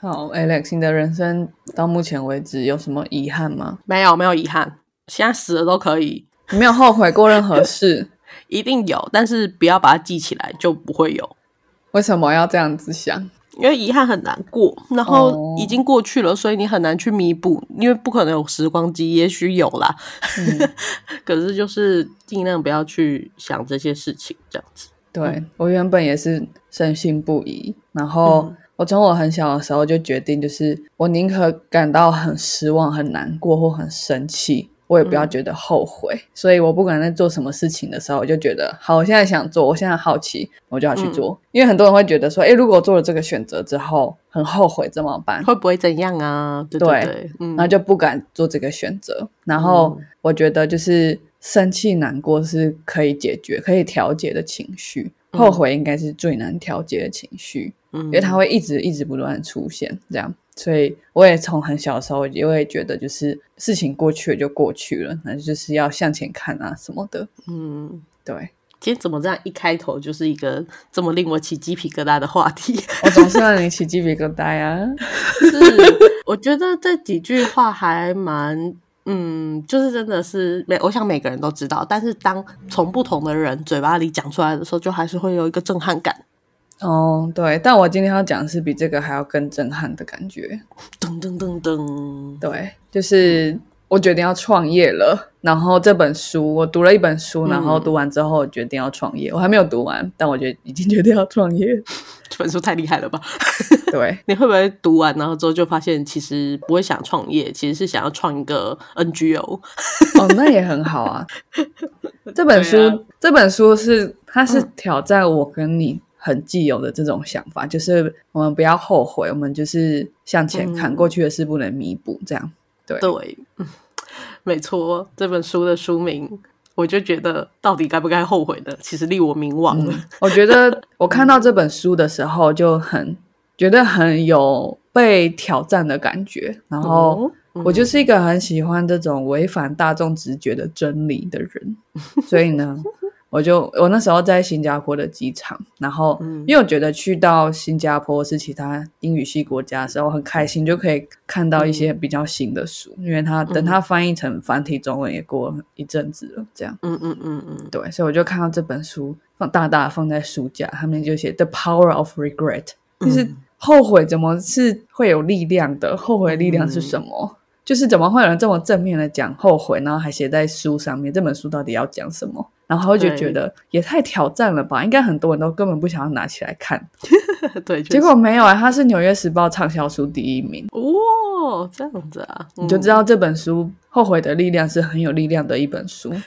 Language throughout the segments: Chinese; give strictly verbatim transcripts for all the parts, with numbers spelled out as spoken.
好 Alex 你的人生到目前为止有什么遗憾吗？ 没有没有遗憾，现在死了都可以。 你没有后悔过任何事？ 一定有，但是不要把它记起来就不会有。 为什么要这样子想？ 因为遗憾很难过，然后已经过去了、哦、所以你很难去弥补，因为不可能有时光机，也许有啦、嗯、可是就是尽量不要去想这些事情这样子。 对、 嗯、 我原本也是深信不疑，然后、嗯、我从我很小的时候就决定，就是我宁可感到很失望很难过或很生气，我也不要觉得后悔、嗯、所以我不管在做什么事情的时候，我就觉得好，我现在想做，我现在好奇，我就要去做、嗯、因为很多人会觉得说诶，如果我做了这个选择之后很后悔怎么办， 会不会怎样啊？对对对， 对、嗯、然后就不敢做这个选择。然后我觉得就是生气难过是可以解决可以调节的情绪，后悔应该是最难调节的情绪、嗯、因为它会一直一直不断出现这样。所以我也从很小的时候也会觉得就是事情过去了就过去了，那就是要向前看啊什么的。嗯，对。 今天怎么这样一开头就是一个这么令我起鸡皮疙瘩的话题？ 我总是让你起鸡皮疙瘩啊。 是，我觉得这几句话还蛮嗯，就是真的是每我想每个人都知道，但是当从不同的人嘴巴里讲出来的时候，就还是会有一个震撼感。 哦，对，但我今天要讲的是比这个还要更震撼的感觉。 噔噔噔噔， 对，就是我决定要创业了，然后这本书我读了一本书，然后读完之后我决定要创业、嗯、我还没有读完，但我觉得已经决定要创业。 这本书太厉害了吧。 对， 你会不会读完然后之后就发现其实不会想创业，其实是想要创一个 N G O？ 哦，那也很好啊。这本书、啊、这本书是它是挑战我跟你很既有的这种想法、嗯、就是我们不要后悔，我们就是向前看、嗯、过去的事不能弥补这样。对对、嗯，没错，这本书的书名我就觉得到底该不该后悔呢，其实令我迷惘了、嗯、 我觉得我看到这本书的时候就很觉得很有被挑战的感觉，然后我就是一个很喜欢这种违反大众直觉的真理的人，所以呢我就我那时候在新加坡的机场，然后因为我觉得去到新加坡是其他英语系国家的时候很开心，就可以看到一些比较新的书、嗯、因为它等它翻译成繁体中文也过一阵子了这样。嗯嗯嗯嗯，对，所以我就看到这本书放大大放在书架，他们就写 The Power of Regret， 就是后悔怎么是会有力量的，后悔的力量是什么、嗯，就是怎么会有人这么正面的讲后悔，然后还写在书上面，这本书到底要讲什么，然后我就觉得也太挑战了吧，应该很多人都根本不想要拿起来看。 对， 结果没有啊，它是纽约时报畅销书第一名。 哦，这样子啊、 嗯、你就知道这本书后悔的力量是很有力量的一本书。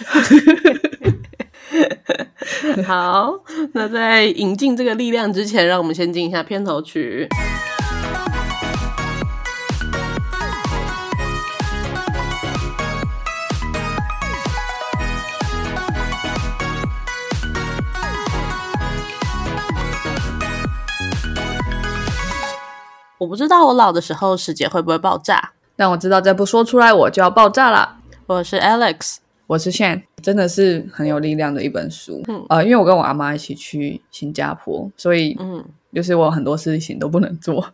好，那在引进这个力量之前，让我们先进一下片头曲。我不知道我老的时候世界会不会爆炸， 但我知道再不说出来我就要爆炸了。 我是 Alex， 我是 Shan， 真的是很有力量的一本书、嗯呃、因为我跟我阿妈一起去新加坡，所以嗯，就是我很多事情都不能做。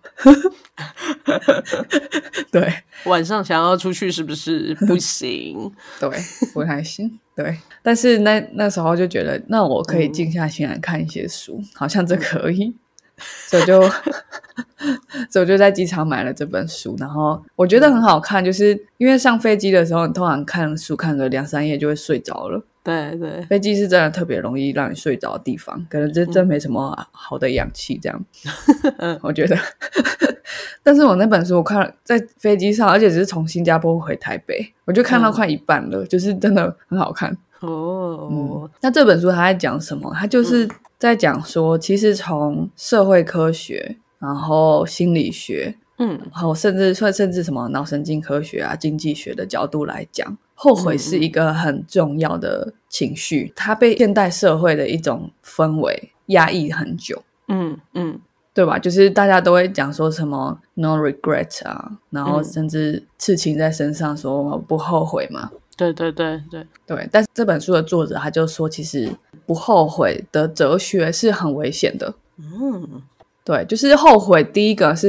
对， 晚上想要出去是不是不行？ 对，不太行。对，但是那那时候就觉得那我可以静下心来看一些书、嗯、好像这可以，所以就所以我就在机场买了这本书，然后我觉得很好看，就是因为上飞机的时候你通常看书看个两三页就会睡着了。 对对， 飞机是真的特别容易让你睡着的地方，可能这真没什么好的氧气这样、嗯、我觉得。但是我那本书我看了在飞机上，而且只是从新加坡回台北，我就看到快一半了、嗯、就是真的很好看哦、嗯。那这本书它在讲什么？它就是在讲说其实从社会科学然后心理学嗯，然后甚至甚至什么脑神经科学啊经济学的角度来讲，后悔是一个很重要的情绪，它被现代社会的一种氛围压抑很久。嗯嗯，对吧？就是大家都会讲说什么 no regret 啊，然后甚至刺青在身上说不后悔嘛。 对对对对对，但是这本书的作者他就说其实不后悔的哲学是很危险的。嗯，对，就是后悔第一个是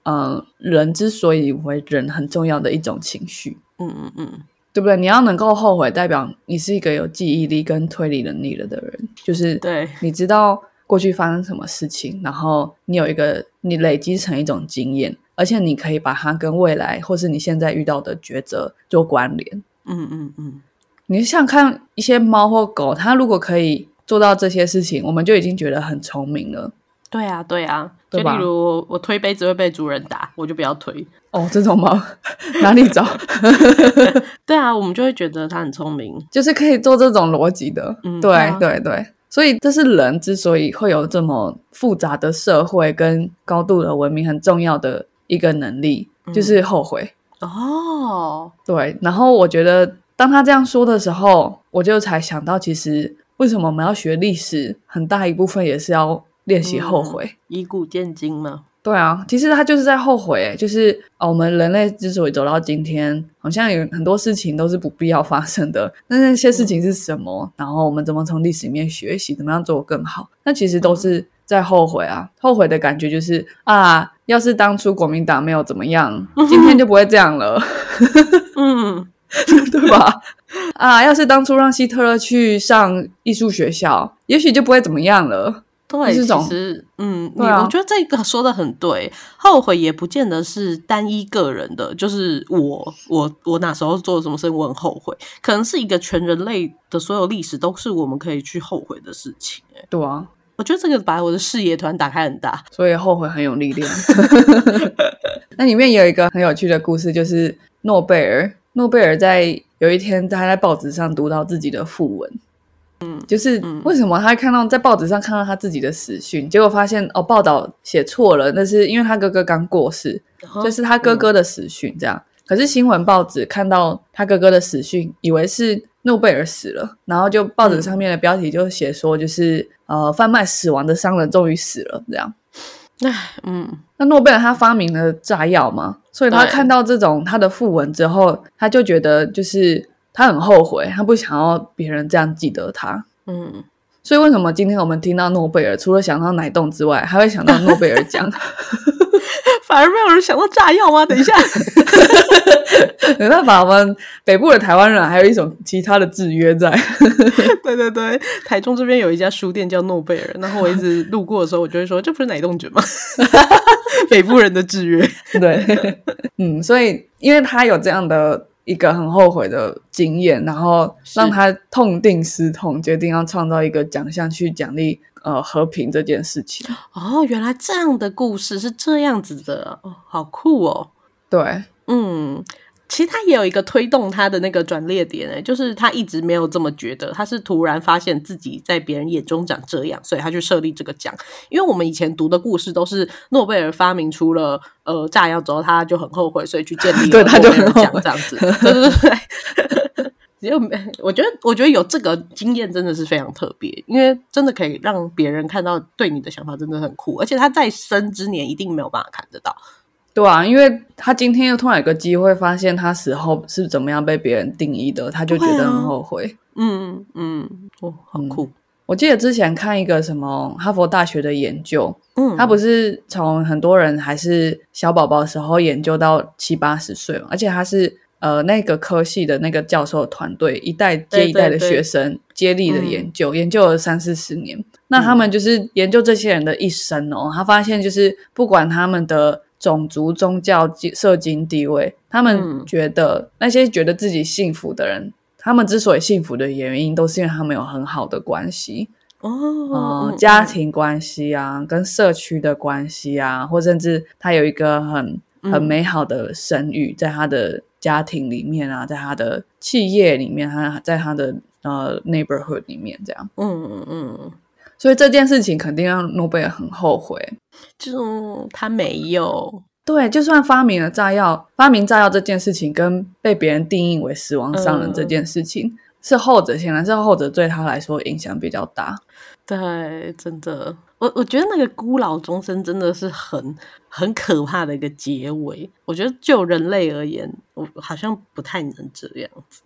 呃，人之所以为人很重要的一种情绪。 嗯嗯嗯， 对不对？你要能够后悔，代表你是一个有记忆力跟推理能力了的人，就是对， 你知道过去发生什么事情，然后你有一个你累积成一种经验，而且你可以把它跟未来或是你现在遇到的抉择做关联。 嗯嗯嗯， 你像看一些猫或狗，它如果可以做到这些事情，我们就已经觉得很聪明了。 对啊对啊， 对吧？ 就例如我推杯子会被主人打，我就不要推。 哦，这种猫哪里找？ 对啊，我们就会觉得它很聪明， 就是可以做这种逻辑的。 嗯， 对、 啊、 对对，所以这是人之所以会有这么复杂的社会跟高度的文明很重要的一个能力， 嗯、 就是后悔。 哦， 对，然后我觉得当他这样说的时候，我就才想到，其实为什么我们要学历史，很大一部分也是要练习后悔， 嗯、以古鉴今嘛。 对啊，其实他就是在后悔，就是哦，我们人类之所以走到今天，好像有很多事情都是不必要发生的。那那些事情是什么？嗯、然后我们怎么从历史里面学习，怎么样做得更好？那其实都是在后悔啊。后悔的感觉就是啊，要是当初国民党没有怎么样，今天就不会这样了。嗯，对吧？啊，要是当初让希特勒去上艺术学校，也许就不会怎么样了。 对，其实嗯，你、 啊、 我觉得这个说的很对，后悔也不见得是单一个人的，就是我我我哪时候做了什么事情我很后悔，可能是一个全人类的所有历史都是我们可以去后悔的事情。 对啊， 我觉得这个把我的视野突然打开很大， 所以后悔很有力量。那里面有一个很有趣的故事，就是诺贝尔诺贝尔在有一天他在报纸上读到自己的讣文，嗯，就是为什么他看到在报纸上看到他自己的死讯，结果发现哦报道写错了，那是因为他哥哥刚过世，哦、就是他哥哥的死讯这样。嗯、可是新闻报纸看到他哥哥的死讯，以为是诺贝尔死了，然后就报纸上面的标题就写说，就是呃贩卖死亡的商人终于死了这样。 唉，嗯， 那诺贝尔他发明了炸药嘛，所以他看到这种他的讣文之后，他就觉得就是他很后悔，他不想要别人这样记得他。嗯，所以为什么今天我们听到诺贝尔，除了想到奶冻之外，还会想到诺贝尔奖？ 反而没有人想到炸药吗？等一下， 没办法，我们北部的台湾人还有一种其他的制约在。 对对对，台中这边有一家书店叫诺贝尔，然后我一直路过的时候，我就会说，这不是奶冻卷吗？北部人的制约。 对，嗯，所以因为他有这样的一个很后悔的经验，然后让他痛定思痛，决定要创造一个奖项去奖励呃和平这件事情。 哦，原来这样的故事是这样子的，哦，好酷哦。 对， 嗯，其实他也有一个推动他的那个转捩点，欸，就是他一直没有这么觉得，他是突然发现自己在别人眼中长这样，所以他去设立这个奖。因为我们以前读的故事都是诺贝尔发明出了呃炸药之后，他就很后悔，所以去建立了诺贝尔奖这样子。对对对。只有我觉得，我觉得有这个经验真的是非常特别，因为真的可以让别人看到对你的想法真的很酷，而且他在生之年一定没有办法看得到。 对啊，因为他今天又突然有个机会发现他死后是怎么样被别人定义的，他就觉得很后悔。啊、 嗯嗯，哦，好酷、嗯！ 我记得之前看一个什么哈佛大学的研究， 嗯， 他不是从很多人还是小宝宝的时候研究到七八十岁嘛，而且他是呃那个科系的那个教授团队一代接一代的学生接力的研究，对对对，研究了三四十年。那他们就是研究这些人的一生哦，他发现就是不管他们的种族、宗教、社经地位，他们觉得、嗯、那些觉得自己幸福的人，他们之所以幸福的原因都是因为他们有很好的关系哦、 呃，家庭关系啊，跟社区的关系啊，或甚至他有一个很很美好的声誉，在他的家庭里面啊，在他的企业里面，他在他的呃 neighborhood 里面这样。 嗯嗯嗯。 所以这件事情肯定让诺贝尔很后悔， 就他没有。 对，就算发明了炸药，发明炸药这件事情跟被别人定义为死亡商人这件事情、嗯、是后者，显然是后者对他来说影响比较大。 对，真的，我我觉得那个孤老终生真的是很很可怕的一个结尾。我觉得就人类而言，我好像不太能这样子。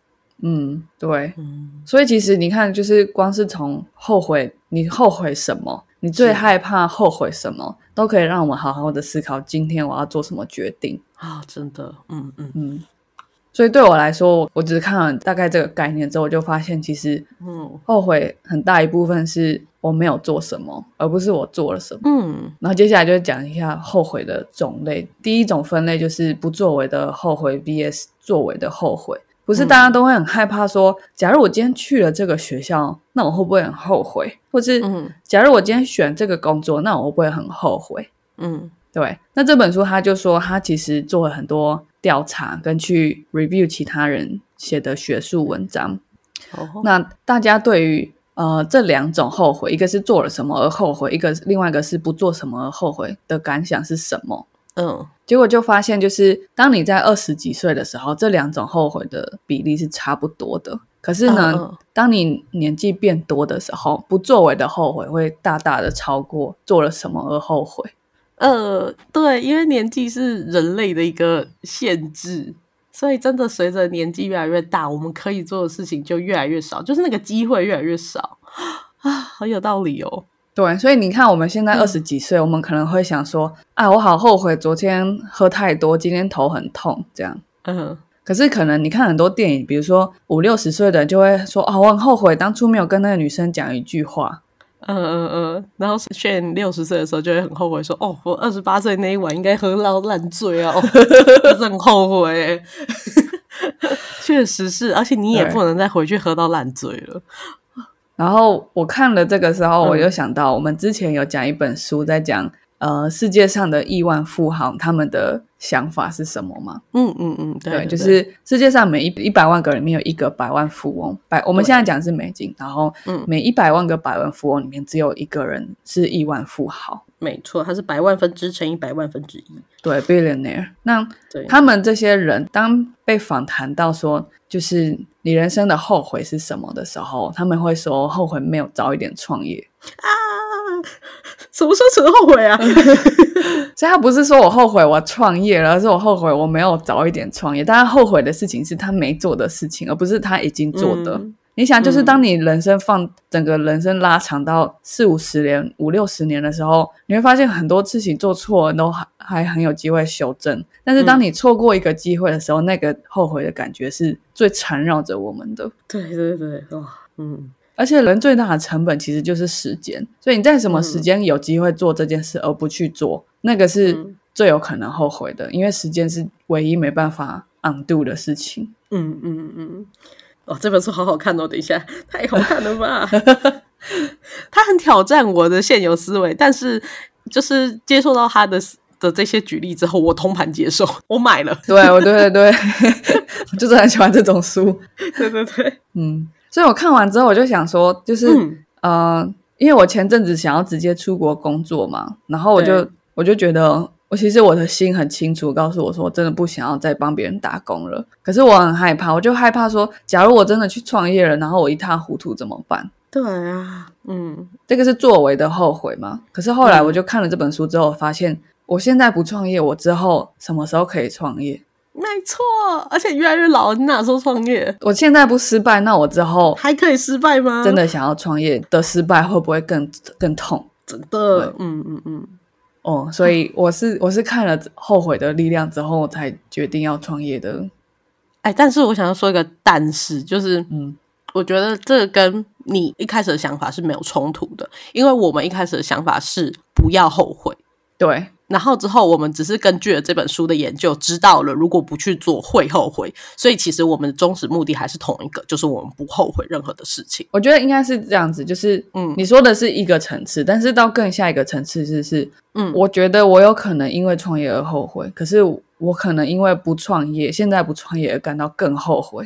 嗯，对、嗯、所以其实你看，就是光是从后悔，你后悔什么，你最害怕后悔什么，都可以让我们好好的思考今天我要做什么决定啊！真的，嗯嗯嗯。所以对我来说，我只是看了大概这个概念之后，我就发现其实后悔很大一部分是我没有做什么，而不是我做了什么。嗯，然后接下来就讲一下后悔的种类。第一种分类就是不作为的后悔 vs 作为的后悔。不是大家都会很害怕说、嗯、假如我今天去了这个学校，那我会不会很后悔？或是、嗯、假如我今天选这个工作，那我会不会很后悔？嗯，对。那这本书他就说他其实做了很多调查跟去 review 其他人写的学术文章、哦、那大家对于呃这两种后悔，一个是做了什么而后悔，一个另外一个是不做什么而后悔的感想是什么？嗯，结果就发现就是当你在二十几岁的时候，这两种后悔的比例是差不多的。可是呢、嗯嗯、当你年纪变多的时候，不作为的后悔会大大的超过做了什么而后悔。 呃，对，因为年纪是人类的一个限制，所以真的随着年纪越来越大，我们可以做的事情就越来越少，就是那个机会越来越少啊，好有道理哦。 对，所以你看我们现在二十几岁、嗯、我们可能会想说啊，我好后悔昨天喝太多，今天头很痛这样。嗯，可是可能你看很多电影，比如说五六十岁的人就会说啊，我很后悔当初没有跟那个女生讲一句话。 嗯嗯嗯，然后炫六十岁的时候就会很后悔说，哦，我二十八岁那一晚应该喝到烂醉啊，哦、真是很后悔耶。确实是，而且你也不能再回去喝到烂醉了。 然后我看了这个时候，我就想到我们之前有讲一本书，在讲呃世界上的亿万富豪他们的想法是什么吗？ 嗯嗯嗯，对, 对, 对，就是世界上每一一百万个人里面有一个百万富翁，百我们现在讲的是美金，然后每一百万个百万富翁里面只有一个人是亿万富豪。 没错，他是百万分之乘以百万分之一。 对 billionaire。 那他们这些人当被访谈到说就是你人生的后悔是什么的时候，他们会说后悔没有早一点创业啊，什么时候成后悔啊？ 所以他不是说我后悔我创业了，而是我后悔我没有早一点创业。但他后悔的事情是他没做的事情，而不是他已经做的、嗯你想就是当你人生放、嗯、整个人生拉长到四五十年五六十年的时候，你会发现很多事情做错了都还很有机会修正，但是当你错过一个机会的时候、嗯、那个后悔的感觉是最缠绕着我们的。 对对对，哇，嗯， 而且人最大的成本其实就是时间，所以你在什么时间有机会做这件事而不去做、嗯、那个是最有可能后悔的，因为时间是唯一没办法 undo 的事情。 嗯嗯嗯，哦，这本书好好看哦，等一下，太好看了吧。他很挑战我的现有思维，但是就是接受到他的的这些举例之后，我通盘接受，我买了。 对对对对我就是很喜欢这种书。 对对对， 嗯，所以我看完之后我就想说就是、嗯、呃，因为我前阵子想要直接出国工作嘛，然后我就我就觉得我其实我的心很清楚告诉我说我真的不想要再帮别人打工了，可是我很害怕，我就害怕说假如我真的去创业了，然后我一塌糊涂怎么办？ 对啊，嗯， 这个是作为的后悔嘛。可是后来我就看了这本书之后发现我现在不创业，我之后什么时候可以创业？ 没错，而且越来越老，你哪时候创业？ 我现在不失败，那我之后还可以失败吗？ 真的想要创业的失败会不会更更痛？ 真的，嗯嗯嗯。 哦，所以我是我是看了后悔的力量之后我才决定要创业的。 哎，但是我想要说一个但是，就是嗯，我觉得这个跟你一开始的想法是没有冲突的，因为我们一开始的想法是不要后悔， 对， 然后之后我们只是根据了这本书的研究知道了如果不去做会后悔，所以其实我们的终始目的还是同一个，就是我们不后悔任何的事情。 我觉得应该是这样子，就是嗯，你说的是一个层次，但是到更下一个层次是是嗯，我觉得我有可能因为创业而后悔，可是我可能因为不创业现在不创业而感到更后悔。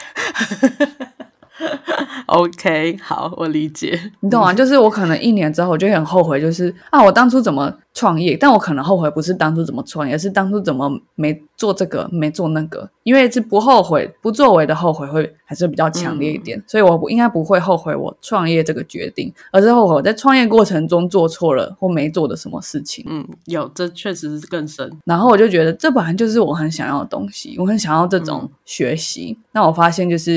OK， 好，我理解， 你懂吗？就是我可能一年之后我就很后悔，就是啊，我当初怎么创业？但我可能后悔不是当初怎么创业，而是当初怎么没做这个，没做那个。因为是不后悔、不作为的后悔会还是比较强烈一点，嗯、所以我不应该不会后悔我创业这个决定，而是后悔我在创业过程中做错了或没做的什么事情。 嗯，有，这确实是更深。 然后我就觉得这本来就是我很想要的东西，我很想要这种学习。嗯、那我发现就是。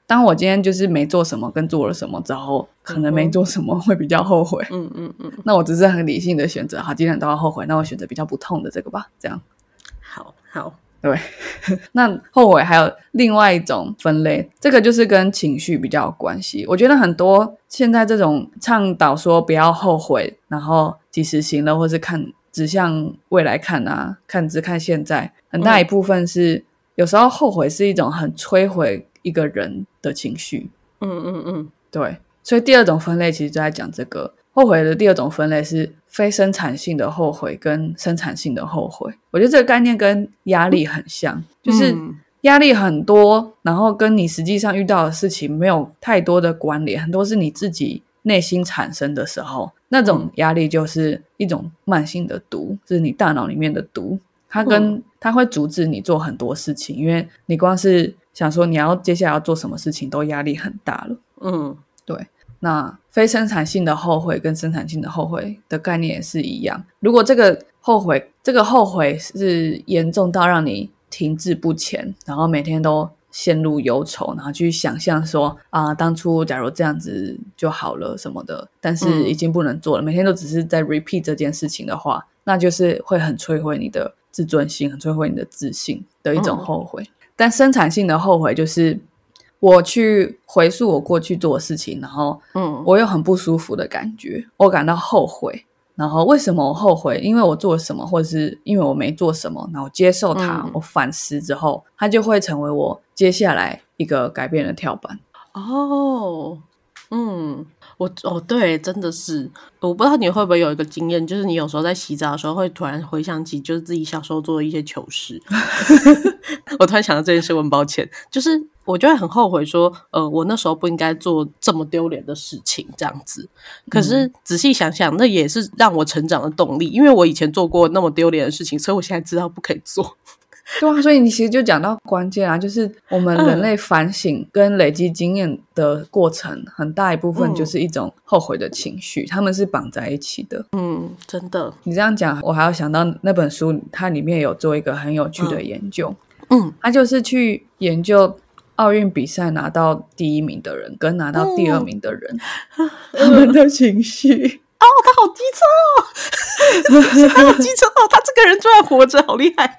当我今天就是没做什么跟做了什么之后，可能没做什么会比较后悔。嗯嗯嗯。那我只是很理性的选择，好，既然都要后悔，那我选择比较不痛的这个吧，这样。 好好。 对。那后悔还有另外一种分类，这个就是跟情绪比较有关系。我觉得很多现在这种倡导说不要后悔，然后及时行乐，或是看指向未来看啊，看只看现在，很大一部分是、嗯、有时候后悔是一种很摧毁一个人的情绪。嗯嗯嗯，对。所以第二种分类其实就在讲这个后悔的第二种分类是非生产性的后悔跟生产性的后悔。我觉得这个概念跟压力很像，就是压力很多，然后跟你实际上遇到的事情没有太多的关联，很多是你自己内心产生的时候，那种压力就是一种慢性的毒，就是你大脑里面的毒，它跟它会阻止你做很多事情，因为你光是想说你要接下来要做什么事情都压力很大了。嗯，对。那非生产性的后悔跟生产性的后悔的概念也是一样，如果这个后悔这个后悔是严重到让你停滞不前，然后每天都陷入忧愁，然后去想象说啊，当初假如这样子就好了什么的，但是已经不能做了、嗯、每天都只是在 repeat 这件事情的话，那就是会很摧毁你的自尊心，很摧毁你的自信的一种后悔、嗯、但生产性的后悔就是我去回溯我过去做的事情，然后我有很不舒服的感觉、嗯、我感到后悔，然后为什么我后悔，因为我做了什么，或者是因为我没做什么，然后我接受它、嗯、我反思之后，它就会成为我接下来一个改变的跳板。哦， 嗯，我哦对，真的是，我不知道你会不会有一个经验，就是你有时候在洗澡的时候会突然回想起就是自己小时候做的一些糗事。我突然想到这件事，我很抱歉，就是我就会很后悔说呃，我那时候不应该做这么丢脸的事情这样子，可是仔细想想、嗯、那也是让我成长的动力，因为我以前做过那么丢脸的事情，所以我现在知道不可以做。 对啊，所以你其实就讲到关键啊，就是我们人类反省跟累积经验的过程、嗯、很大一部分就是一种后悔的情绪、嗯、他们是绑在一起的。 嗯，真的。 你这样讲我还要想到那本书，它里面有做一个很有趣的研究。嗯，它就是去研究奥运比赛拿到第一名的人跟拿到第二名的人、嗯、他们的情绪。 哦，他好机车哦。他好机车哦，他这个人居然活着，好厉害。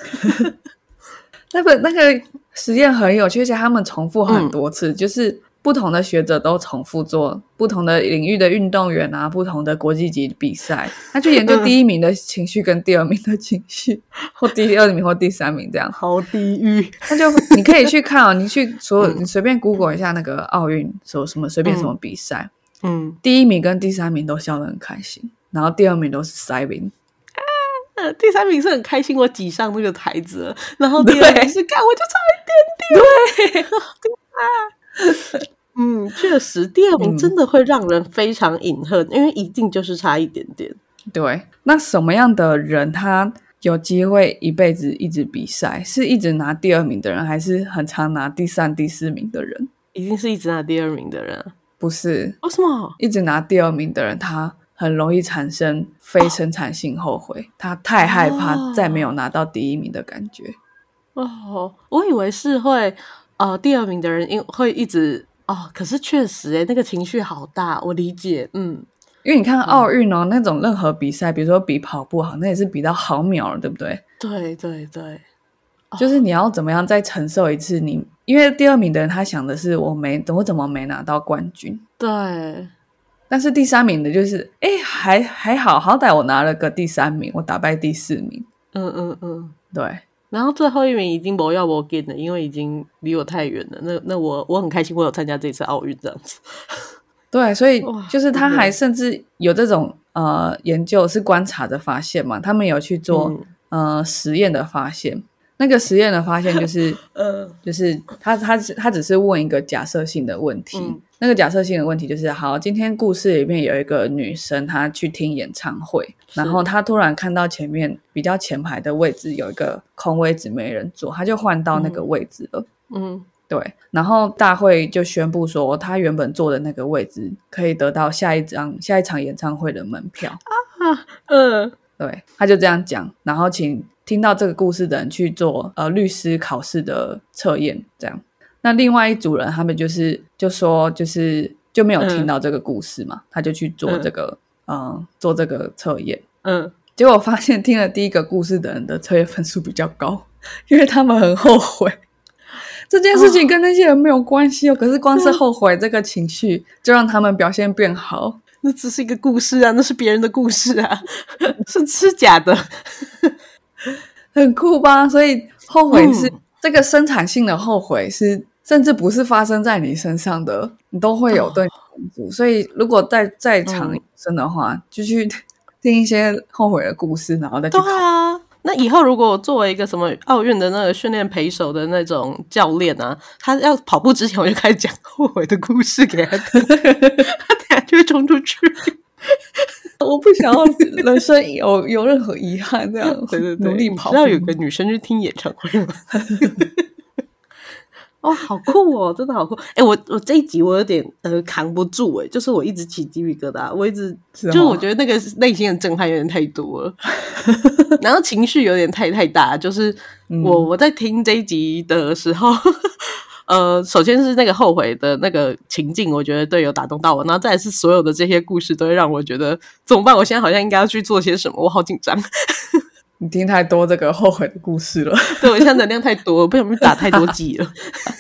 那个那个实验很有趣，而且他们重复很多次、嗯、就是不同的学者都重复做不同的领域的运动员啊，不同的国际级比赛，他去研究第一名的情绪跟第二名的情绪、嗯、或第二名或第三名这样。 好地狱。 那就你可以去看哦，你去所有、嗯、你随便 Google 一下那个奥运说什么随便什么比赛，嗯，第一名跟第三名都笑得很开心，然后第二名都是塞宾。 啊，第三名是很开心我挤上那个台子了，然后第二名是干我就差一点点。对啊。嗯，确实第二名真的会让人非常隐恨、嗯、因为一定就是差一点点。 对，那什么样的人他有机会一辈子一直比赛，是一直拿第二名的人，还是很常拿第三第四名的人？ 一定是一直拿第二名的人。 不是。 为什么？ 一直拿第二名的人他很容易产生非生产性后悔、哦、他太害怕再没有拿到第一名的感觉。 哦，我以为是会呃，第二名的人会一直哦，可是确实耶，那个情绪好大，我理解。嗯， 因为你看奥运哦、嗯、那种任何比赛，比如说比跑步好，那也是比到毫秒了，对不对？ 对对对， 就是你要怎么样再承受一次你，因为第二名的人他想的是我没我怎么没拿到冠军。 对， 但是第三名的就是哎，还还好，好歹我拿了个第三名，我打败第四名。 嗯嗯嗯， 对。 然后最后一名已经不要不给了，因为已经离我太远了。那那我我很开心，我有参加这次奥运这样子。 对，所以就是他还甚至有这种呃研究是观察的发现嘛，他们有去做、嗯、呃实验的发现。那个实验的发现就是，呃，就是他他他只是问一个假设性的问题。嗯，那个假设性的问题就是，好，今天故事里面有一个女生，她去听演唱会，然后她突然看到前面比较前排的位置有一个空位置没人坐，她就换到那个位置了。嗯，对。然后大会就宣布说，她原本坐的那个位置可以得到下一张下一场演唱会的门票。啊，嗯，对，他就这样讲，然后请听到这个故事的人去做呃律师考试的测验，这样。 那另外一组人他们就是就说就是就没有听到这个故事嘛、嗯、他就去做这个嗯、呃、做这个测验，嗯，结果发现听了第一个故事的人的测验分数比较高，因为他们很后悔。这件事情跟那些人没有关系哦，可是光是后悔这个情绪就让他们表现变好。 那只是一个故事啊，那是别人的故事啊，是是假的。 很酷吧？所以后悔是、嗯、这个生产性的后悔是甚至不是发生在你身上的，你都会有对你帮助、哦、所以如果在在场生的话、嗯、就去听一些后悔的故事然后再去跑。 对啊，那以后如果我作为一个什么奥运的那个训练陪手的那种教练啊，他要跑步之前我就开始讲后悔的故事给他听，他等下就会冲出去。 我不想要人生有有任何遗憾，这样对对对，努力跑步。 你知道有个女生去听演唱会吗？哦，好酷哦，真的好酷！哎、欸，我我这一集我有点呃扛不住哎、欸，就是我一直起鸡皮疙瘩，我一直就是我觉得那个内心的震撼有点太多了，然后情绪有点太太大，就是我、嗯、我在听这一集的时候。呃，首先是那个后悔的那个情境，我觉得对有打动到我，然后再来是所有的这些故事都会让我觉得怎么办？我现在好像应该要去做些什么，我好紧张。 你听太多这个后悔的故事了， 对，我现在能量太多，我不想去打太多剂了。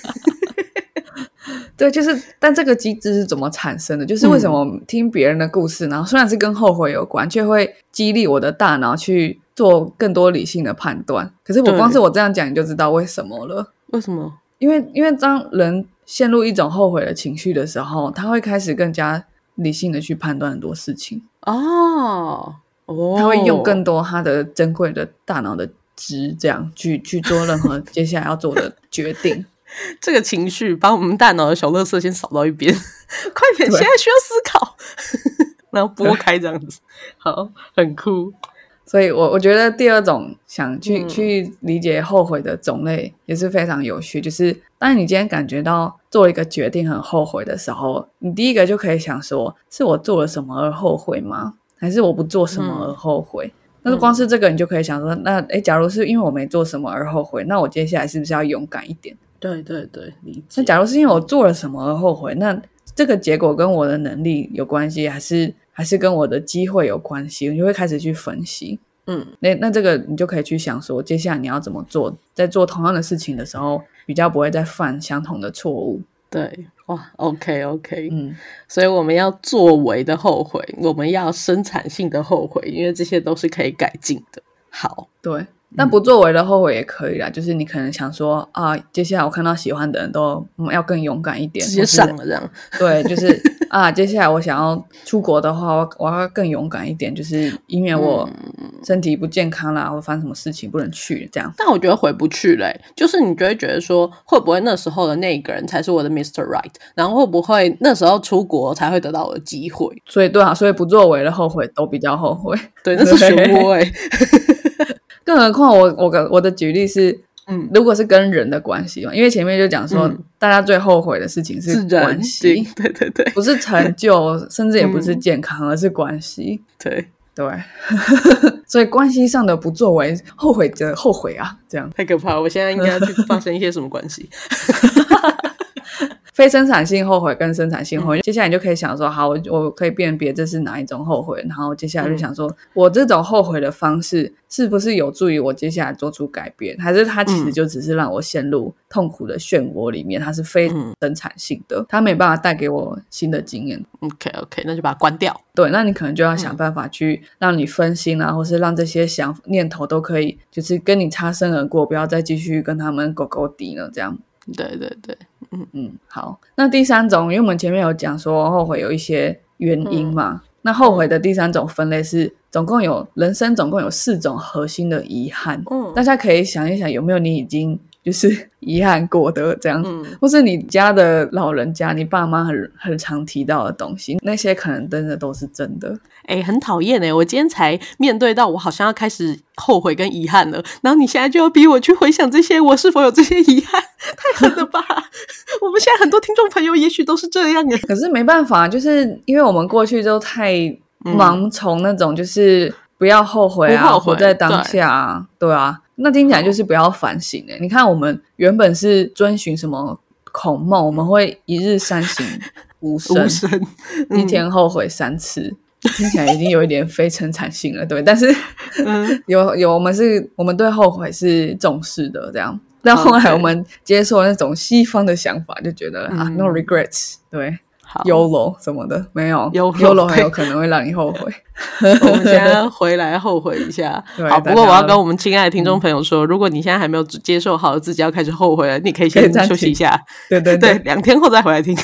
对，就是，但这个机制是怎么产生的？就是为什么听别人的故事，然后虽然是跟后悔有关，却会激励我的大脑去做更多理性的判断。可是我光是我这样讲，你就知道为什么了。 为什么？ 因为因为当人陷入一种后悔的情绪的时候，他会开始更加理性的去判断很多事情哦，哦他会用更多他的珍贵的大脑的值，这样去去做任何接下来要做的决定。 这个情绪把我们大脑的小垃圾先扫到一边，快点，现在需要思考，然后拨开这样子，好，很酷。 所以我我觉得第二种想去、嗯、去理解后悔的种类也是非常有趣，就是当你今天感觉到做一个决定很后悔的时候，你第一个就可以想说，是我做了什么而后悔吗？还是我不做什么而后悔？嗯、但是光是这个你就可以想说，那诶假如是因为我没做什么而后悔，那我接下来是不是要勇敢一点？ 对对对，理解。 那假如是因为我做了什么而后悔，那这个结果跟我的能力有关系，还是还是跟我的机会有关系？你就会开始去分析。嗯，那那这个你就可以去想说，接下来你要怎么做，在做同样的事情的时候，比较不会再犯相同的错误。 对，哇 ，OK OK， 嗯，所以我们要作为的后悔，我们要生产性的后悔，因为这些都是可以改进的。好， 对。但不作为的后悔也可以啦、嗯、就是你可能想说啊，接下来我看到喜欢的人都、嗯、要更勇敢一点， 直接上了这样。 对，就是啊，接下来我想要出国的话，我我要更勇敢一点，就是以免我身体不健康啦，或发生什么事情不能去这样。 但我觉得回不去嘞、欸，就是你就会觉得说，会不会那时候的那个人才是我的 mister Right， 然后会不会那时候出国才会得到我的机会？ 所以对啊，所以不作为的后悔都比较后悔。 对，那是漩涡哎。 更何况我我的我的举例是，嗯，如果是跟人的关系嘛，因为前面就讲说、嗯，大家最后悔的事情是关系， 对对对， 不是成就，甚至也不是健康，嗯、而是关系。 对对，所以关系上的不作为，后悔着后悔啊，这样太可怕了。我现在应该要去发生一些什么关系？ 非生产性后悔跟生产性后悔、嗯、接下来你就可以想说，好，我我可以辨别这是哪一种后悔，然后接下来就想说、嗯、我这种后悔的方式是不是有助于我接下来做出改变，还是它其实就只是让我陷入痛苦的漩涡里面，它是非生产性的，它没办法带给我新的经验。 OK OK， 那就把它关掉。 对，那你可能就要想办法去让你分心啊、嗯、或是让这些想念头都可以就是跟你擦身而过，不要再继续跟他们勾勾底了，这样。 对对对， 嗯嗯，好。那第三种，因为我们前面有讲说后悔有一些原因嘛、嗯、那后悔的第三种分类是总共有人生总共有四种核心的遗憾、嗯、大家可以想一想有没有你已经就是遗憾过的这样、嗯、或是你家的老人家你爸妈很很常提到的东西，那些可能真的都是真的。 哎、欸，很讨厌哎！我今天才面对到我好像要开始后悔跟遗憾了，然后你现在就要逼我去回想这些我是否有这些遗憾，太狠了吧。我们现在很多听众朋友也许都是这样耶， 可是没办法，就是因为我们过去都太盲从那种就是不要后悔啊， 不后悔， 活在当下啊， 对, 对啊，那听起来就是不要反省耶。你看我们原本是遵循什么孔孟，我们会一日三省吾身， 无声嗯一天后悔三次。听起来已经有一点非生产性了，对，但是、嗯、有有我们是我们对后悔是重视的，这样。但后来我们接受那种西方的想法，就觉得、嗯、啊 ，no regrets， 对 ，YOLO 什么的没有 ，YOLO 很有可能会让你后悔。 我们现在回来后悔一下。好，不过我要跟我们亲爱的听众朋友说、嗯，如果你现在还没有接受好自己要开始后悔了，你可以先休息一下， 对对对, 对，两天后再回来听。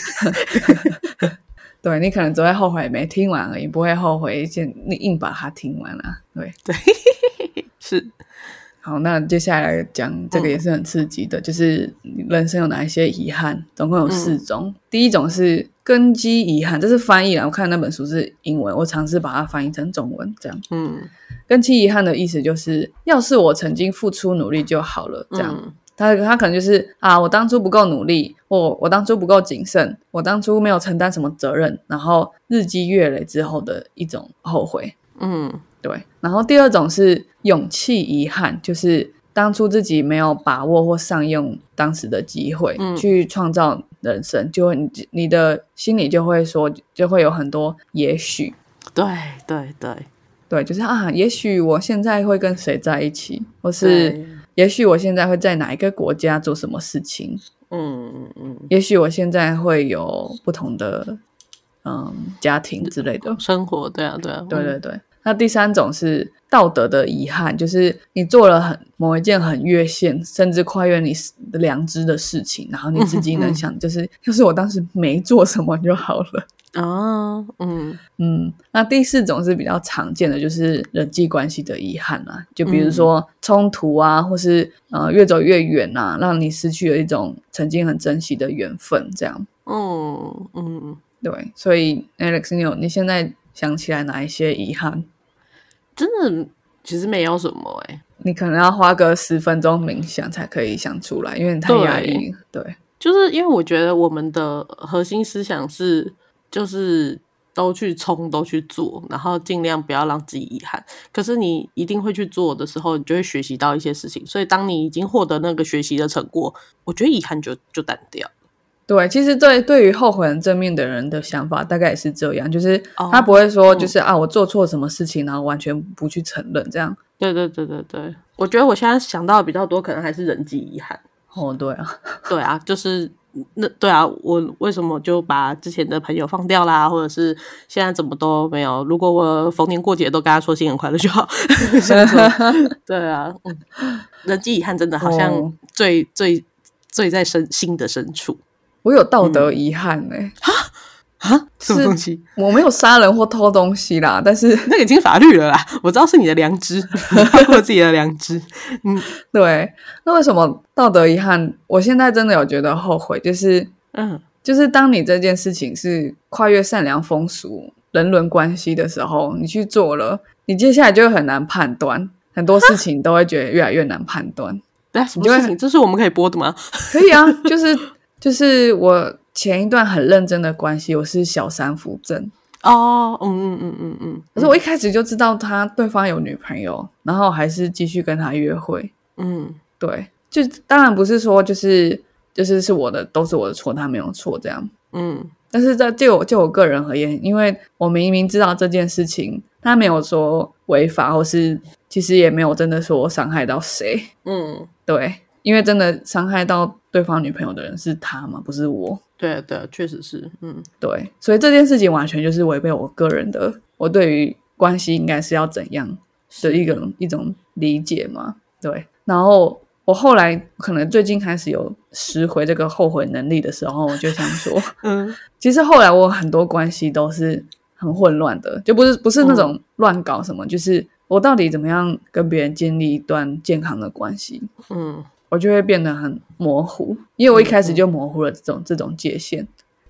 对，你可能只会后悔没听完而已，不会后悔你硬把它听完啊。对对，是。 好，那接下来讲这个也是很刺激的、嗯、就是人生有哪一些遗憾，总共有四种、嗯、第一种是根基遗憾，这是翻译啦，我看那本书是英文，我尝试把它翻译成中文这样。嗯，根基遗憾的意思就是要是我曾经付出努力就好了这样、嗯他, 他可能就是啊，我当初不够努力，我我当初不够谨慎，我当初没有承担什么责任，然后日积月累之后的一种后悔。嗯，对。然后第二种是勇气遗憾，就是当初自己没有把握或善用当时的机会、嗯、去创造人生，就会 你, 你的心里就会说，就会有很多也许。 对对对对，就是啊，也许我现在会跟谁在一起，或是也许我现在会在哪一个国家做什么事情，嗯嗯嗯，也许我现在会有不同的嗯家庭之类的生活，对啊对啊， 对对对、嗯。那第三种是道德的遗憾，就是你做了很某一件很越线甚至跨越你的良知的事情，然后你自己能想、嗯、就是要是我当时没做什么就好了。哦，嗯嗯，那第四种是比较常见的，就是人际关系的遗憾啊，就比如说冲突啊，或是呃越走越远啊，让你失去了一种曾经很珍惜的缘分，这样。嗯嗯，对，所以 Alex， 你有你现在想起来哪一些遗憾？ 真的其实没有什么哎、欸， 你可能要花个十分钟冥想才可以想出来，因为你太压抑了。对，对， 就是因为我觉得我们的核心思想是。就是都去冲都去做，然后尽量不要让自己遗憾，可是你一定会去做的时候，你就会学习到一些事情，所以当你已经获得那个学习的成果，我觉得遗憾就就淡掉。 对，其实对对于后悔很正面的人的想法大概也是这样，就是他不会说就是、哦嗯、啊我做错什么事情然后完全不去承认这样。 对对对对对，我觉得我现在想到的比较多可能还是人际遗憾。 哦，对啊对啊，就是那对啊，我为什么就把之前的朋友放掉啦，或者是现在怎么都没有，如果我逢年过节都跟他说新年快乐就好对啊、嗯、人际遗憾真的好像最、哦、最最在深心的深处。 我有道德遗憾欸、 嗯啊？什么东西？ 我没有杀人或偷东西啦，但是那个已经法律了啦，我知道是你的良知，包括自己的良知。嗯， 对。那为什么道德遗憾？我现在真的有觉得后悔，就是嗯，就是当你这件事情是跨越善良风俗、人伦关系的时候，你去做了，你接下来就会很难判断，很多事情都会觉得越来越难判断。 对，什么事情？这是我们可以播的吗？ 可以啊，就是就是我。前一段很认真的关系，我是小三扶正哦，嗯嗯嗯嗯嗯， 可是我一开始就知道他对方有女朋友，然后还是继续跟他约会。嗯，对，就当然不是说就是就是是我的都是我的错，他没有错这样。嗯，但是在就我就我个人而言，因为我明明知道这件事情，他没有说违法，或是其实也没有真的说伤害到谁。嗯，对，因为真的伤害到对方女朋友的人是他嘛，不是我。 对对，确实是，嗯， 对，所以这件事情完全就是违背我个人的，我对于关系应该是要怎样的一个一种理解嘛，对。然后我后来可能最近开始有拾回这个后悔能力的时候，我就想说，嗯，其实后来我很多关系都是很混乱的，就不是不是那种乱搞什么，嗯、就是我到底怎么样跟别人建立一段健康的关系，嗯。我就会变得很模糊，因为我一开始就模糊了这种、嗯、这种界限。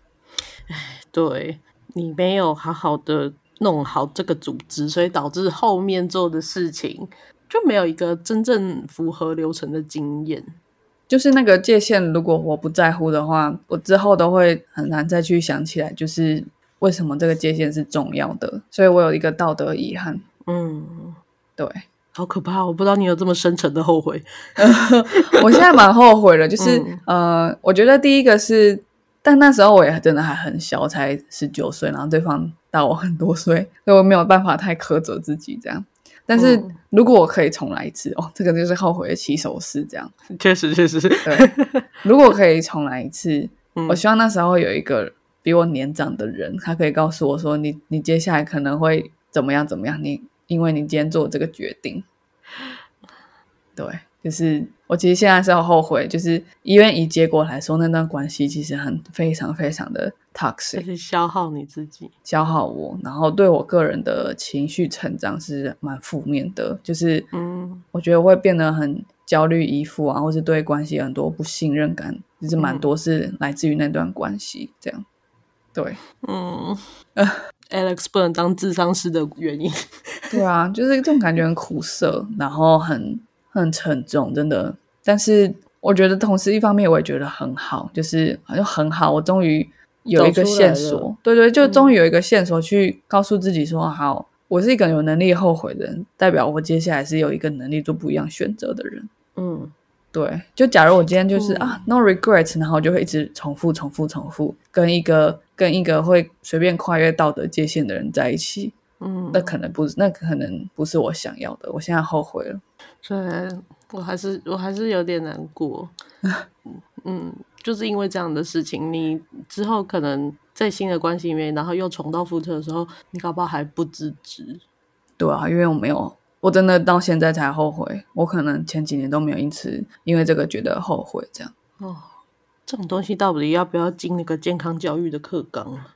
对，你没有好好的弄好这个组织，所以导致后面做的事情就没有一个真正符合流程的经验。 就是那个界限如果我不在乎的话，我之后都会很难再去想起来就是为什么这个界限是重要的，所以我有一个道德遗憾。嗯，对。 好可怕，我不知道你有这么深沉的后悔。 我现在蛮后悔的，就是、 嗯、 呃，我觉得第一个是，但那时候我也真的还很小，才十九岁，然后对方大我很多岁，所以我没有办法太苛责自己这样。但是如果我可以重来一次、嗯、哦，这个就是后悔的起手式这样。 确实确实是对，如果可以重来一次、 嗯、 我希望那时候有一个比我年长的人，他可以告诉我说你你接下来可能会怎么样怎么样，你因为你今天做这个决定。对，就是我其实现在是要后悔，就是因为以结果来说，那段关系其实很非常非常的 toxic， 就是消耗你自己， 消耗我，然后对我个人的情绪成长是蛮负面的，就是嗯，我觉得会变得很焦虑依附啊，或是对关系有很多不信任感，就是蛮多是来自于那段关系这样。对， 嗯Alex 不能当諮商師的原因。 对啊，就是这种感觉很苦涩，然后很很沉重，真的。但是我觉得同时一方面我也觉得很好，就是就很好，我终于有一个线索，对对，就终于有一个线索去告诉自己说、嗯、好，我是一个有能力后悔的人，代表我接下来是有一个能力做不一样选择的人。嗯，对，就假如我今天就是、嗯、啊 no regret， 然后我就会一直重复重复重复跟一个跟一个会随便跨越道德界限的人在一起，嗯，那可能不是那可能不是我想要的，我现在后悔了。 对，我还是我还是有点难过。嗯，就是因为这样的事情，你之后可能在新的关系里面，然后又重蹈覆辙的时候，你搞不好还不自知。 对啊，因为我没有，我真的到现在才后悔，我可能前几年都没有因此因为这个觉得后悔这样。 哦，这种东西到底要不要进那个健康教育的课纲啊？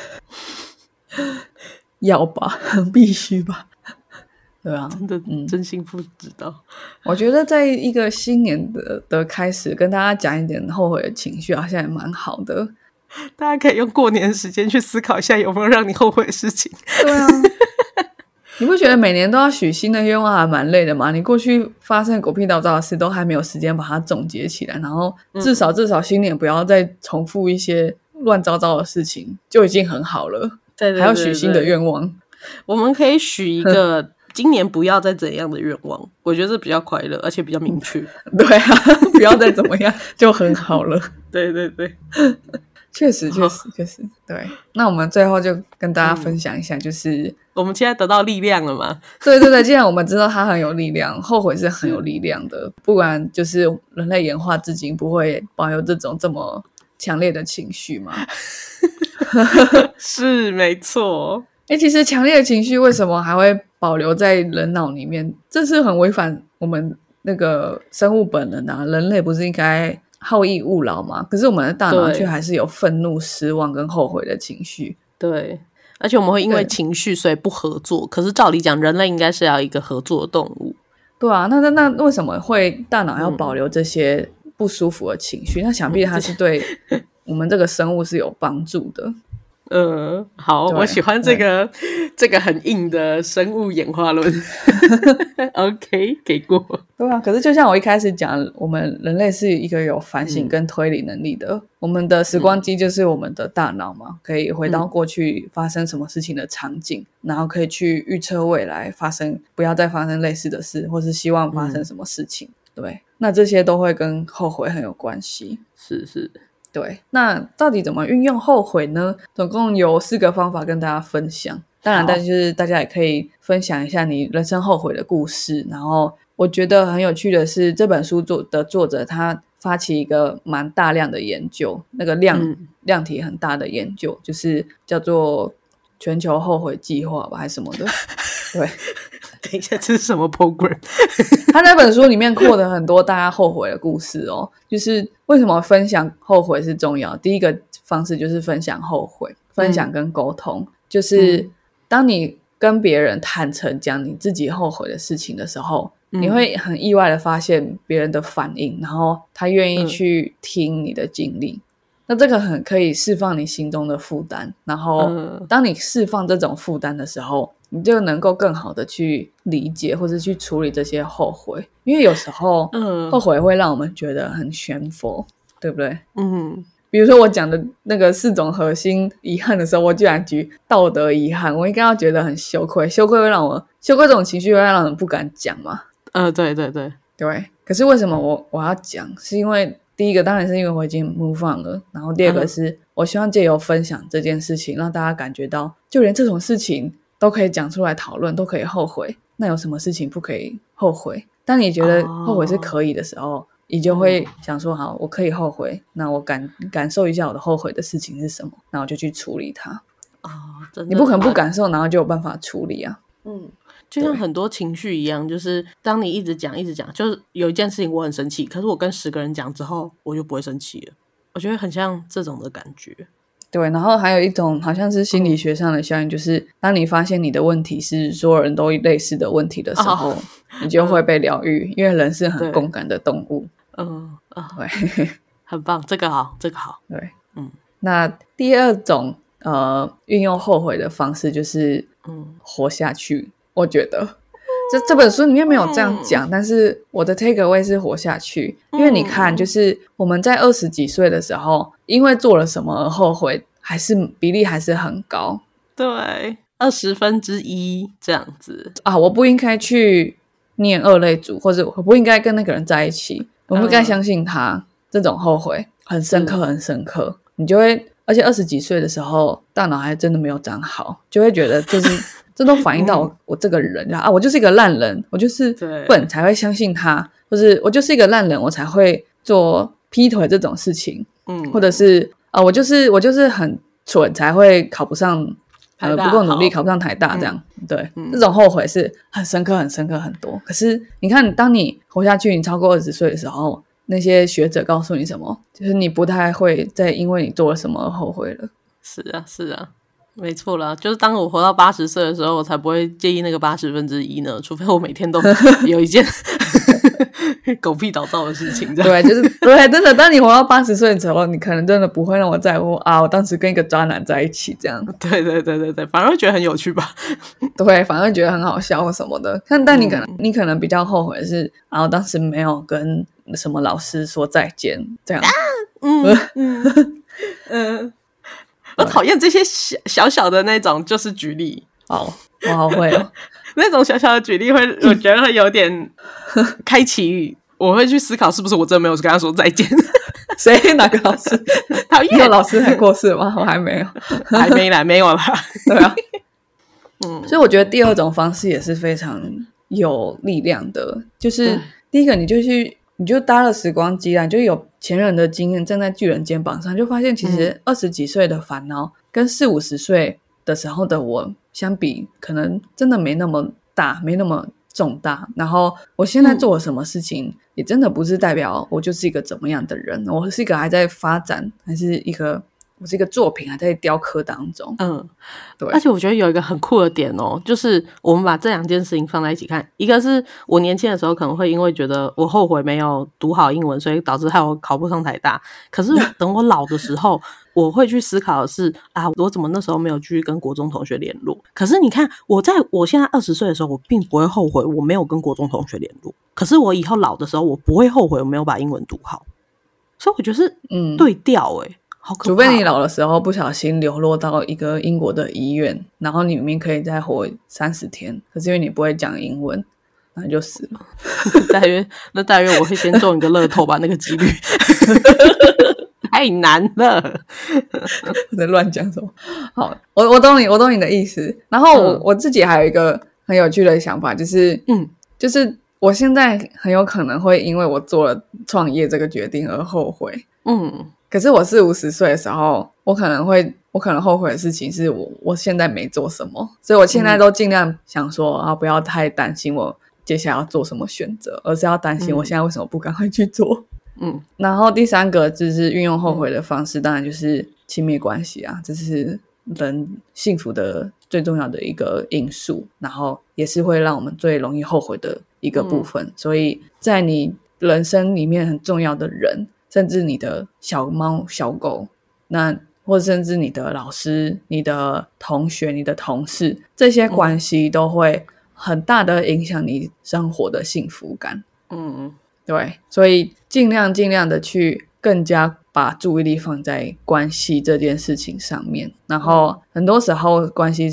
要吧，必须吧。对啊， 真的、嗯、真心不知道。 我觉得在一个新年 的, 的开始跟大家讲一点后悔的情绪好像也蛮好的， 大家可以用过年的时间去思考一下有没有让你后悔的事情。 对啊，你不觉得每年都要许新的愿望还蛮累的吗？你过去发生狗屁倒灶的事都还没有时间把它总结起来，然后至少、嗯、至少新年不要再重复一些乱糟糟的事情就已经很好了。 对对对对， 还要许新的愿望。 我们可以许一个今年不要再怎样的愿望，我觉得这比较快乐而且比较明确。 对啊，不要再怎么样就很好了。 对对对， 确实确实确实。对，那我们最后就跟大家分享一下，就是、嗯、 我们现在得到力量了嘛？ 对对对，既然我们知道它很有力量，后悔是很有力量的，不管就是人类演化至今不会保有这种这么强烈的情绪嘛。 是没错。 欸，其实强烈的情绪为什么还会保留在人脑里面？这是很违反我们那个生物本能啊！人类不是应该好逸恶劳吗？可是我们的大脑却还是有愤怒、失望跟后悔的情绪。 对，而且我们会因为情绪所以不合作。可是照理讲，人类应该是要一个合作的动物。 对啊，那那那为什么会大脑要保留这些不舒服的情绪？嗯、那想必它是对我们这个生物是有帮助的。 呃，好，我喜欢这个这个很硬的生物演化论。OK， 给过。 对啊，可是就像我一开始讲，我们人类是一个有反省跟推理能力的、嗯、我们的时光机就是我们的大脑嘛、嗯、可以回到过去发生什么事情的场景、嗯、然后可以去预测未来发生不要再发生类似的事，或是希望发生什么事情、嗯、对，那这些都会跟后悔很有关系。 是是， 对，那到底怎么运用后悔呢？总共有四个方法跟大家分享，当然但就是大家也可以分享一下你人生后悔的故事。然后我觉得很有趣的是，这本书作的作者他发起一个蛮大量的研究，那个量、嗯、量体很大的研究，就是叫做全球后悔计划吧还是什么的。对， 等一下，这是什么 program？ 他那本书里面扩的很多大家后悔的故事哦，就是为什么分享后悔是重要。第一个方式就是分享后悔，分享跟沟通、嗯、就是当你跟别人坦诚讲你自己后悔的事情的时候、嗯、你会很意外的发现别人的反应，然后他愿意去听你的经历、嗯、那这个很可以释放你心中的负担，然后当你释放这种负担的时候，你就能够更好的去理解或者去处理这些后悔。因为有时候后悔会让我们觉得很悬浮、嗯、对不对？嗯，比如说我讲的那个四种核心遗憾的时候，我居然举道德遗憾，我应该要觉得很羞愧，羞愧会让我羞愧这种情绪会让人不敢讲嘛。 呃，对对对对。可是为什么我我要讲？是因为第一个当然是因为我已经 move on 了，然后第二个是、嗯、我希望借由分享这件事情，让大家感觉到，就连这种事情都可以讲出来讨论，都可以后悔，那有什么事情不可以后悔？当你觉得后悔是可以的时候，哦、你就会想说，好，我可以后悔，那我感感受一下我的后悔的事情是什么，那我就去处理它。 哦，真的， 你不可能不感受，然后就有办法处理啊。 嗯，就像很多情绪一样，就是当你一直讲一直讲，就是有一件事情我很生气，可是我跟十个人讲之后我就不会生气了，我觉得很像这种的感觉。 对，然后还有一种好像是心理学上的效应、嗯、就是当你发现你的问题是所有人都类似的问题的时候、哦、你就会被疗愈、嗯、因为人是很共感的动物。 嗯啊，对，很棒，这个好，这个好。 对，嗯，那第二种呃运用后悔的方式就是嗯活下去。我觉得这这本书里面没有这样讲、嗯、但是我的 take away 是活下去。因为你看就是我们在二十几岁的时候因为做了什么而后悔，还是比例还是很高。 对，二十分之一这样子啊！我不应该去念二类组，或者我不应该跟那个人在一起，我不应该相信他、嗯、这种后悔很深刻很深刻。你就会，而且二十几岁的时候大脑还真的没有长好，就会觉得就是这都反映到我、嗯、我这个人啊，我就是一个烂人，我就是笨才会相信他，或是我就是一个烂人我才会做劈腿这种事情，嗯，或者是啊、呃，我就是我就是很蠢才会考不上，呃，不够努力考不上台大这样，嗯、对、嗯，这种后悔是很深刻很深刻很多。可是你看，当你活下去，你超过二十岁的时候，那些学者告诉你什么？就是你不太会再因为你做了什么而后悔了。 是啊，是啊。没错啦，就是当我活到八十岁的时候，我才不会介意那个八十分之一呢，除非我每天都有一件狗屁倒灶的事情。 对，就是对，真的，当你活到八十岁的时候，你可能真的不会让我在乎啊，我当时跟一个渣男在一起这样。 对对对对对，反而会觉得很有趣吧？ 对，反而会觉得很好笑或什么的。但但你可能、嗯、你可能比较后悔的是，啊，我当时没有跟什么老师说再见这样。啊、嗯嗯嗯。我讨厌这些小小小的那种，就是举例。 哦，我好会哦。 那种小小的举例会，我觉得会有点开启，我会去思考是不是我真的没有跟他说再见。 谁？哪个老师？讨厌。有老师还过世吗？我还没有， 还没来，没有啦。 对啊。嗯，所以我觉得第二种方式也是非常有力量的，就是、嗯、第一个，你就去。你就搭了时光机啦，你就有前人的经验站在巨人肩膀上，就发现其实二十几岁的烦恼跟四五十岁的时候的我相比，可能真的没那么大，没那么重大。然后我现在做了什么事情、嗯、也真的不是代表我就是一个怎么样的人，我是一个还在发展，还是一个我是一个作品还在雕刻当中。 嗯，对。而且我觉得有一个很酷的点哦，就是我们把这两件事情放在一起看，一个是我年轻的时候可能会因为觉得我后悔没有读好英文，所以导致害我考不上台大。可是等我老的时候我会去思考的是啊，我怎么那时候没有继续跟国中同学联络。可是你看我在我现在二十岁的时候，我并不会后悔我没有跟国中同学联络，可是我以后老的时候我不会后悔我没有把英文读好。所以我觉得是对调欸、嗯除非你老的时候不小心流落到一个英国的医院，然后你明明可以再活三十天，可是因为你不会讲英文，那你就死了。 大约那大约我会先中一个乐透吧，那个几率太难了。 我在乱讲什么？好，我我懂你，我懂你的意思。然后我、嗯、我自己还有一个很有趣的想法，就是嗯，就是我现在很有可能会因为我做了创业这个决定而后悔。嗯。可是我四五十岁的时候，我可能会，我可能后悔的事情是我我现在没做什么，所以我现在都尽量想说、嗯、啊，不要太担心我接下来要做什么选择，而是要担心我现在为什么不赶快去做。嗯，然后第三个就是运用后悔的方式，当然就是亲密关系啊，这是人幸福的最重要的一个因素，然后也是会让我们最容易后悔的一个部分。嗯、所以在你人生里面很重要的人。甚至你的小猫小狗，那或者甚至你的老师你的同学你的同事，这些关系都会很大的影响你生活的幸福感。嗯，对，所以尽量尽量的去更加把注意力放在关系这件事情上面，然后很多时候关系是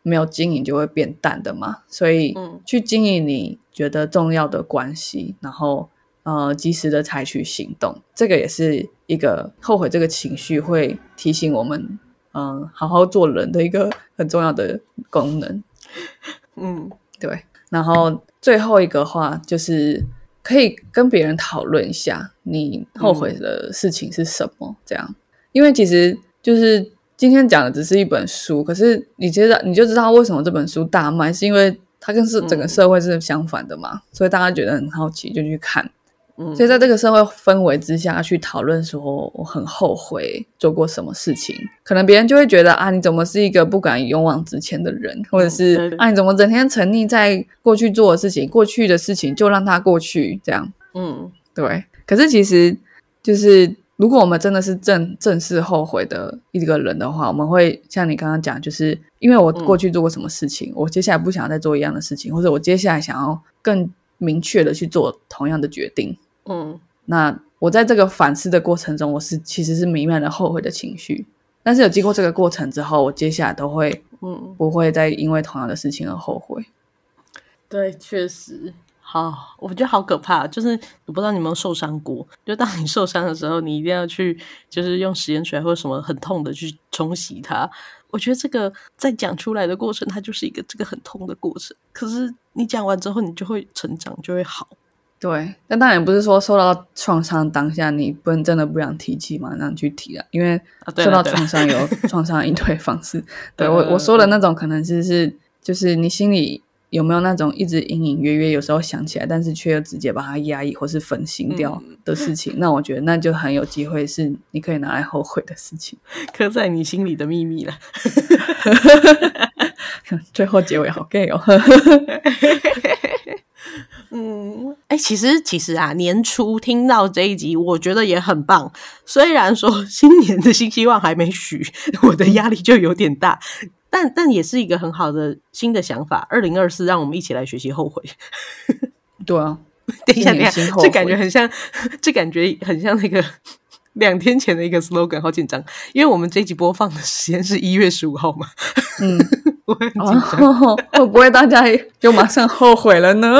没有经营就会变淡的嘛，所以去经营你觉得重要的关系，然后呃及时的采取行动，这个也是一个后悔这个情绪会提醒我们嗯、呃、好好做人的一个很重要的功能。 嗯， 对。然后最后一个话就是可以跟别人讨论一下你后悔的事情是什么，这样。因为其实就是今天讲的只是一本书，可是你知道你就知道为什么这本书大卖，是因为它跟是整个社会是相反的嘛、嗯、所以大家觉得很好奇就去看。嗯，所以在这个社会氛围之下去讨论说我很后悔做过什么事情，可能别人就会觉得啊，你怎么是一个不敢勇往直前的人，或者是、嗯、啊，你怎么整天沉溺在过去做的事情，过去的事情就让它过去这样。嗯，对。可是其实就是如果我们真的是正正式后悔的一个人的话，我们会像你刚刚讲，就是因为我过去做过什么事情、嗯、我接下来不想再做一样的事情，或者我接下来想要更明确的去做同样的决定。嗯，那我在这个反思的过程中，我是其实是弥漫了后悔的情绪，但是有经过这个过程之后，我接下来都会嗯不会再因为同样的事情而后悔。 对，确实。好，我觉得好可怕，就是我不知道你有没有受伤过，就当你受伤的时候，你一定要去就是用食盐水或者什么很痛的去冲洗它。我觉得这个在讲出来的过程，它就是一个这个很痛的过程，可是你讲完之后你就会成长，就会好。 对，但当然不是说受到创伤当下你不能真的不想提起嘛，让你去提啊，因为受到创伤有创伤应对方式。对，我我说的那种可能是是就是你心里有没有那种一直隐隐约约有时候想起来，但是却又直接把它压抑或是分心掉的事情、嗯、那我觉得那就很有机会是你可以拿来后悔的事情， 刻在你心里的秘密了。 最后结尾好 gay 哦。 嗯，哎、欸，其实其实啊，年初听到这一集，我觉得也很棒。虽然说新年的新希望还没许，我的压力就有点大，但但也是一个很好的新的想法。二零二四，让我们一起来学习后悔。 对啊， 等一下，等一下，这感觉很像，这感觉很像那个两天前的一个 slogan， 好紧张，因为我们这一集播放的时间是一月十五号嘛。嗯，我很紧张、 哦，会不会大家就马上后悔了呢？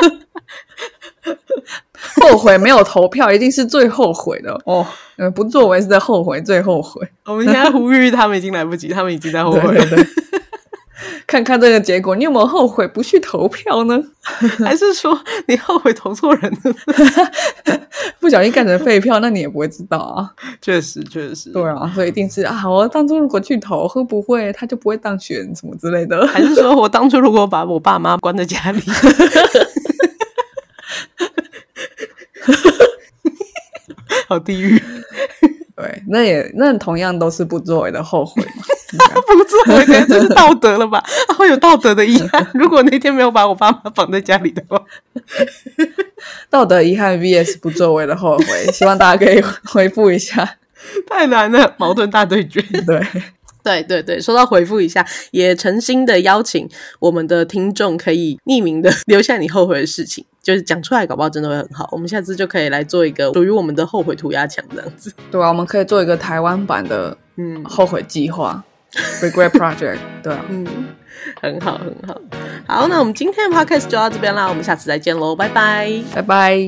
后悔没有投票一定是最后悔的哦，不作为是在后悔最后悔。 我们现在呼吁他们已经来不及，他们已经在后悔了。 对对对，看看这个结果，你有没有后悔不去投票呢？ 还是说你后悔投错人了？ 不小心干成废票，那你也不会知道啊。 确实确实， 对啊，所以一定是啊，我当初如果去投，会不会他就不会当选什么之类的？ 还是说我当初如果把我爸妈关在家里？好地狱。 对，那也那同样都是不作为的后悔嘛。 不作为的这是道德了吧？会有道德的遗憾。如果那天没有把我爸妈绑在家里的话， 道德遗憾 V S 不作为的后悔，希望大家可以回复一下。 太难了，矛盾大对决。 对。 对对对，说到回复一下，也诚心的邀请我们的听众可以匿名的留下你后悔的事情，就是讲出来搞不好真的会很好，我们下次就可以来做一个属于我们的后悔涂鸦墙这样子。 对啊，我们可以做一个台湾版的嗯后悔计划、嗯、Regret Project。 对啊， 嗯，很好很好。好，那我们今天的 podcast 就到这边啦，我们下次再见咯，拜拜拜拜。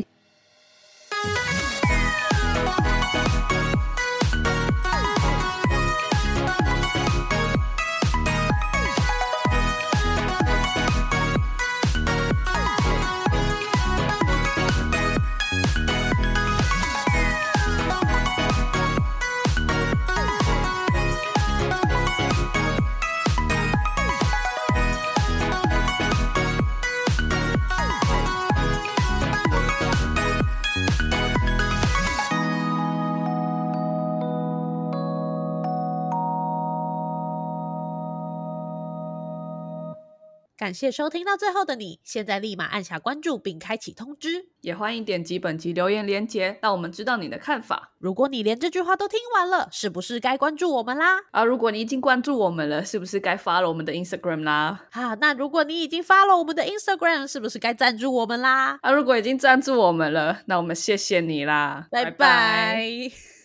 感谢收听到最后的你，现在立马按下关注并开启通知， 也欢迎点击本集留言连结，让我们知道你的看法。 如果你连这句话都听完了，是不是该关注我们啦？ 啊，如果你已经关注我们了，是不是该 follow 我们的 Instagram 啦？ 啊，那如果你已经 follow 我们的 Instagram， 是不是该赞助我们啦？ 啊，如果已经赞助我们了，那我们谢谢你啦， 拜拜。